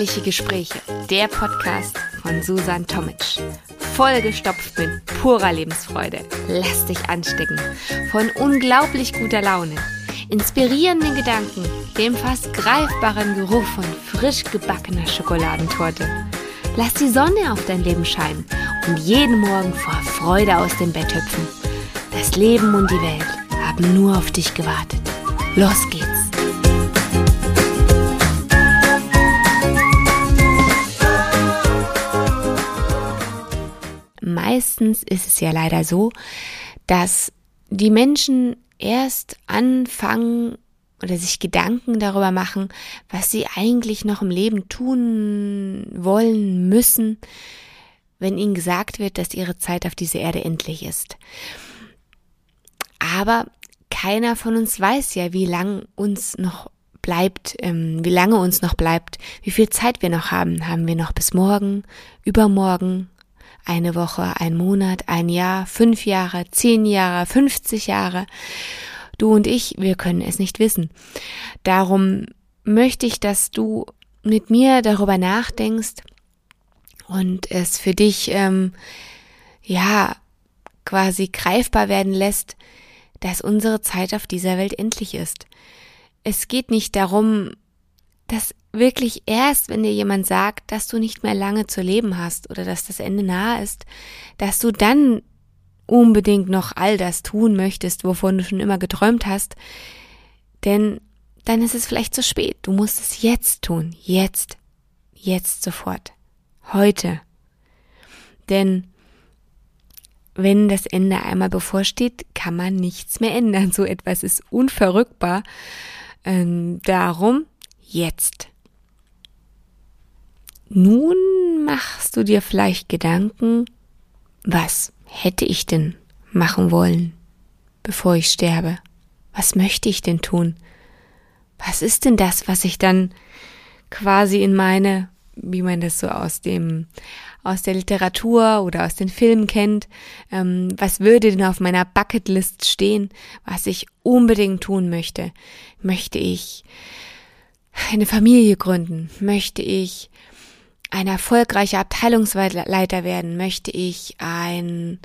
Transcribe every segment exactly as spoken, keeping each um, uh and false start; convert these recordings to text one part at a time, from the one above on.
Ehrliche Gespräche, der Podcast von Susan Tomic. Vollgestopft mit purer Lebensfreude. Lass dich anstecken von unglaublich guter Laune, inspirierenden Gedanken, dem fast greifbaren Geruch von frisch gebackener Schokoladentorte. Lass die Sonne auf dein Leben scheinen und jeden Morgen vor Freude aus dem Bett hüpfen. Das Leben und die Welt haben nur auf dich gewartet. Los geht's! Meistens ist es ja leider so, dass die Menschen erst anfangen oder sich Gedanken darüber machen, was sie eigentlich noch im Leben tun wollen müssen, wenn ihnen gesagt wird, dass ihre Zeit auf dieser Erde endlich ist. Aber keiner von uns weiß ja, wie lang uns noch bleibt, ähm, wie lange uns noch bleibt, wie viel Zeit wir noch haben. Haben wir noch bis morgen, übermorgen, eine Woche, ein Monat, ein Jahr, fünf Jahre, zehn Jahre, fünfzig Jahre? Du und ich, wir können es nicht wissen. Darum möchte ich, dass du mit mir darüber nachdenkst und es für dich, ähm, ja, quasi greifbar werden lässt, dass unsere Zeit auf dieser Welt endlich ist. Es geht nicht darum, dass wirklich erst, wenn dir jemand sagt, dass du nicht mehr lange zu leben hast oder dass das Ende nahe ist, dass du dann unbedingt noch all das tun möchtest, wovon du schon immer geträumt hast, denn dann ist es vielleicht zu spät. Du musst es jetzt tun, jetzt, jetzt sofort, heute. Denn wenn das Ende einmal bevorsteht, kann man nichts mehr ändern. So etwas ist unverrückbar. Ähm, darum jetzt. Nun machst du dir vielleicht Gedanken, was hätte ich denn machen wollen, bevor ich sterbe? Was möchte ich denn tun? Was ist denn das, was ich dann quasi in meine, wie man das so aus dem, aus der Literatur oder aus den Filmen kennt, ähm, was würde denn auf meiner Bucketlist stehen, was ich unbedingt tun möchte? Möchte ich eine Familie gründen? Möchte ich ein erfolgreicher Abteilungsleiter werden? Möchte ich ein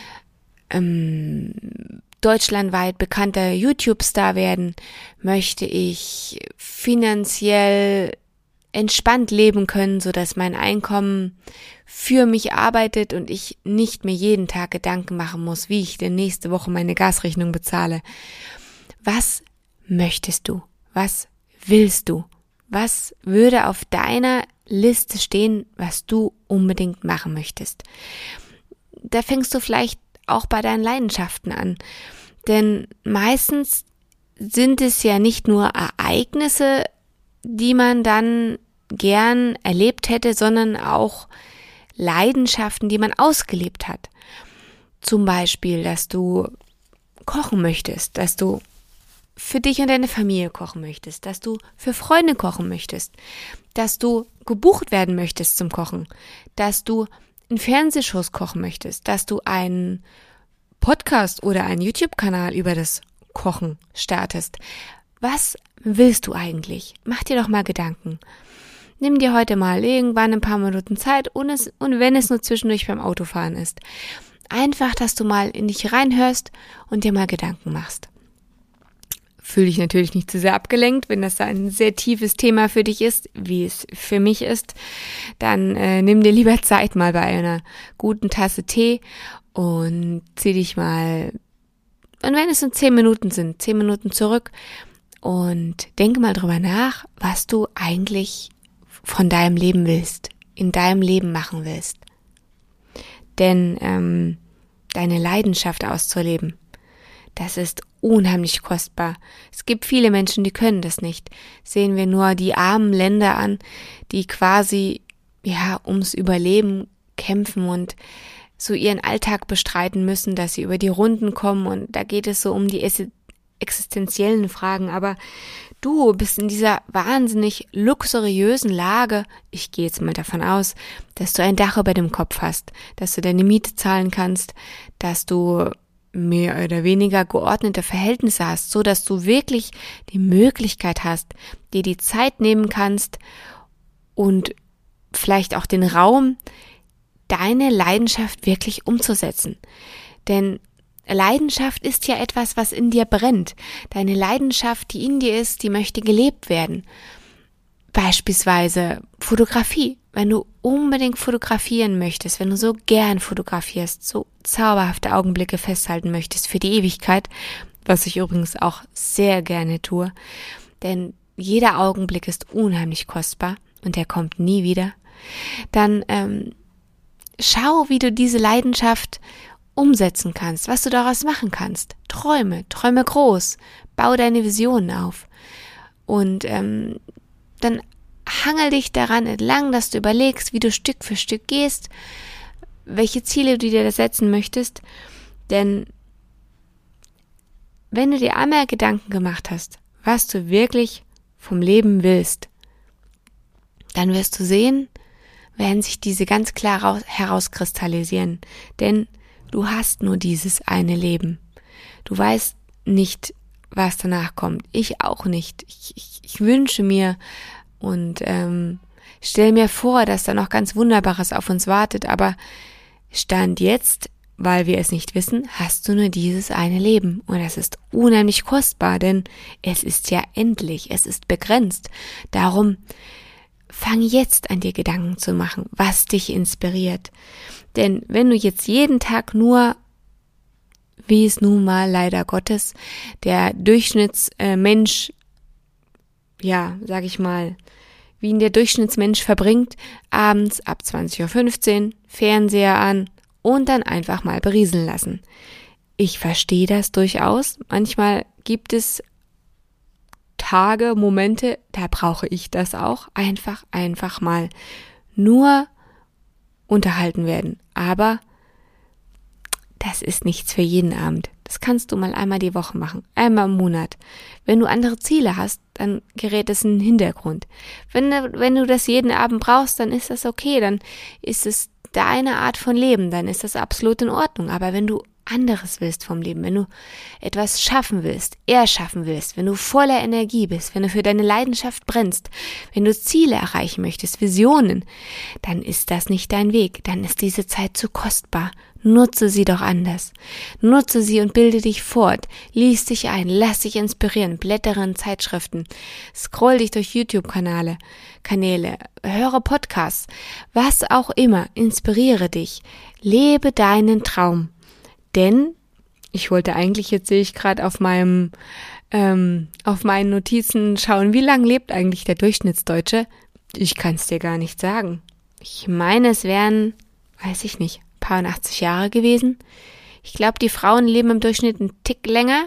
ähm, deutschlandweit bekannter YouTube-Star werden? Möchte ich finanziell entspannt leben können, sodass mein Einkommen für mich arbeitet und ich nicht mehr jeden Tag Gedanken machen muss, wie ich denn nächste Woche meine Gasrechnung bezahle? Was möchtest du? Was willst du? Was würde auf deiner Liste stehen, was du unbedingt machen möchtest? Da fängst du vielleicht auch bei deinen Leidenschaften an. Denn meistens sind es ja nicht nur Ereignisse, die man dann gern erlebt hätte, sondern auch Leidenschaften, die man ausgelebt hat. Zum Beispiel, dass du kochen möchtest, dass du für dich und deine Familie kochen möchtest, dass du für Freunde kochen möchtest, dass du gebucht werden möchtest zum Kochen, dass du in Fernsehshows kochen möchtest, dass du einen Podcast oder einen YouTube-Kanal über das Kochen startest. Was willst du eigentlich? Mach dir doch mal Gedanken. Nimm dir heute mal irgendwann ein paar Minuten Zeit und, es, und wenn es nur zwischendurch beim Autofahren ist. Einfach, dass du mal in dich reinhörst und dir mal Gedanken machst. Fühl dich natürlich nicht zu sehr abgelenkt, wenn das ein sehr tiefes Thema für dich ist, wie es für mich ist, dann äh, nimm dir lieber Zeit mal bei einer guten Tasse Tee und zieh dich mal, und wenn es nur zehn Minuten sind, zehn Minuten zurück und denke mal drüber nach, was du eigentlich von deinem Leben willst, in deinem Leben machen willst. Denn ähm, deine Leidenschaft auszuleben, das ist unheimlich kostbar. Es gibt viele Menschen, die können das nicht. Sehen wir nur die armen Länder an, die quasi ja ums Überleben kämpfen und so ihren Alltag bestreiten müssen, dass sie über die Runden kommen. Und da geht es so um die existenziellen Fragen. Aber du bist in dieser wahnsinnig luxuriösen Lage. Ich gehe jetzt mal davon aus, dass du ein Dach über dem Kopf hast, dass du deine Miete zahlen kannst, dass du mehr oder weniger geordnete Verhältnisse hast, so dass du wirklich die Möglichkeit hast, dir die Zeit nehmen kannst und vielleicht auch den Raum, deine Leidenschaft wirklich umzusetzen. Denn Leidenschaft ist ja etwas, was in dir brennt. Deine Leidenschaft, die in dir ist, die möchte gelebt werden. Beispielsweise Fotografie. Wenn du unbedingt fotografieren möchtest, wenn du so gern fotografierst, so zauberhafte Augenblicke festhalten möchtest für die Ewigkeit, was ich übrigens auch sehr gerne tue, denn jeder Augenblick ist unheimlich kostbar und der kommt nie wieder, dann ähm, schau, wie du diese Leidenschaft umsetzen kannst, was du daraus machen kannst. Träume, träume groß, bau deine Visionen auf und ähm, dann hangel dich daran entlang, dass du überlegst, wie du Stück für Stück gehst, welche Ziele du dir setzen möchtest, denn wenn du dir einmal Gedanken gemacht hast, was du wirklich vom Leben willst, dann wirst du sehen, werden sich diese ganz klar herauskristallisieren, denn du hast nur dieses eine Leben. Du weißt nicht, was danach kommt. Ich auch nicht. Ich, ich, ich wünsche mir und ähm, stell mir vor, dass da noch ganz Wunderbares auf uns wartet, aber Stand jetzt, weil wir es nicht wissen, hast du nur dieses eine Leben und das ist unheimlich kostbar, denn es ist ja endlich, es ist begrenzt. Darum fang jetzt an, dir Gedanken zu machen, was dich inspiriert. Denn wenn du jetzt jeden Tag nur, wie es nun mal leider Gottes, der Durchschnittsmensch, ja, sag ich mal, wie ihn der Durchschnittsmensch verbringt, abends ab zwanzig Uhr fünfzehn, Fernseher an und dann einfach mal berieseln lassen. Ich verstehe das durchaus. Manchmal gibt es Tage, Momente, da brauche ich das auch. Einfach, einfach mal nur unterhalten werden. Aber das ist nichts für jeden Abend. Das kannst du mal einmal die Woche machen, einmal im Monat. Wenn du andere Ziele hast, dann gerät es in den Hintergrund. Wenn du, wenn du das jeden Abend brauchst, dann ist das okay, dann ist es deine Art von Leben, dann ist das absolut in Ordnung. Aber wenn du anderes willst vom Leben, wenn du etwas schaffen willst, erschaffen willst, wenn du voller Energie bist, wenn du für deine Leidenschaft brennst, wenn du Ziele erreichen möchtest, Visionen, dann ist das nicht dein Weg, dann ist diese Zeit zu kostbar. Nutze sie doch anders. Nutze sie und bilde dich fort. Lies dich ein, lass dich inspirieren, blättere in Zeitschriften, scroll dich durch YouTube-Kanäle, Kanäle, höre Podcasts, was auch immer, inspiriere dich. Lebe deinen Traum. Denn, ich wollte eigentlich, jetzt sehe ich gerade auf meinem, ähm, auf meinen Notizen schauen, wie lange lebt eigentlich der Durchschnittsdeutsche? Ich kann es dir gar nicht sagen. Ich meine, es wären, weiß ich nicht, paar und achtzig Jahre gewesen. Ich glaube, die Frauen leben im Durchschnitt einen Tick länger.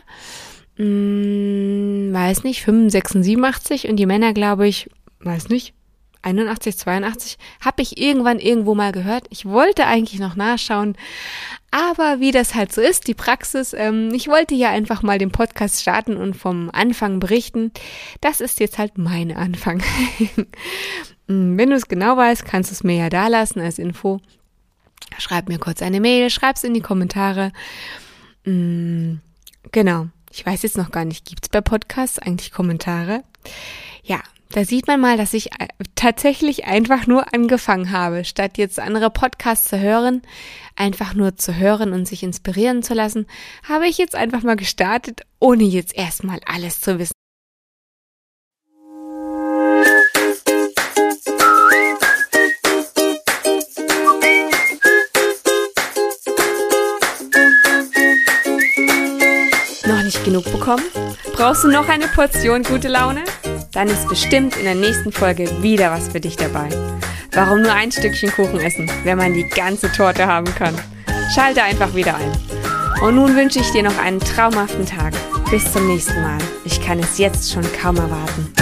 Hm, weiß nicht, fünfundsechzig, siebenundachtzig und die Männer, glaube ich, weiß nicht, einundachtzig, zweiundachtzig. Habe ich irgendwann irgendwo mal gehört. Ich wollte eigentlich noch nachschauen, aber wie das halt so ist, die Praxis, ähm, ich wollte ja einfach mal den Podcast starten und vom Anfang berichten. Das ist jetzt halt mein Anfang. Wenn du es genau weißt, kannst du es mir ja da lassen als Info. Schreib mir kurz eine Mail, schreib's in die Kommentare. Mm, genau, ich weiß jetzt noch gar nicht, gibt's bei Podcasts eigentlich Kommentare? Ja, da sieht man mal, dass ich tatsächlich einfach nur angefangen habe, statt jetzt andere Podcasts zu hören, einfach nur zu hören und sich inspirieren zu lassen, habe ich jetzt einfach mal gestartet, ohne jetzt erstmal alles zu wissen. Noch nicht genug bekommen? Brauchst du noch eine Portion gute Laune? Dann ist bestimmt in der nächsten Folge wieder was für dich dabei. Warum nur ein Stückchen Kuchen essen, wenn man die ganze Torte haben kann? Schalte einfach wieder ein. Und nun wünsche ich dir noch einen traumhaften Tag. Bis zum nächsten Mal. Ich kann es jetzt schon kaum erwarten.